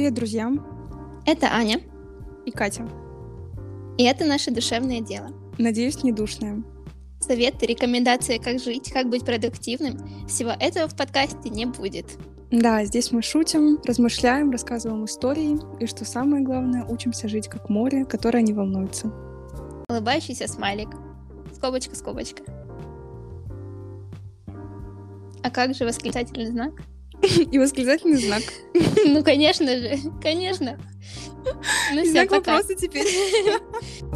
Привет, друзья! Это Аня, И Катя. и это наше душевное дело. Надеюсь, не душная. Советы, рекомендации, как жить, как быть продуктивным. Всего этого в подкасте не будет. Да, здесь мы шутим, размышляем, рассказываем истории, и, что самое главное, учимся жить как море, которое не волнуется. Улыбающийся смайлик. Скобочка, скобочка. А как же восклицательный знак? И восклицательный знак. Ну, конечно же, конечно. Ну И все, знак пока. вопроса теперь.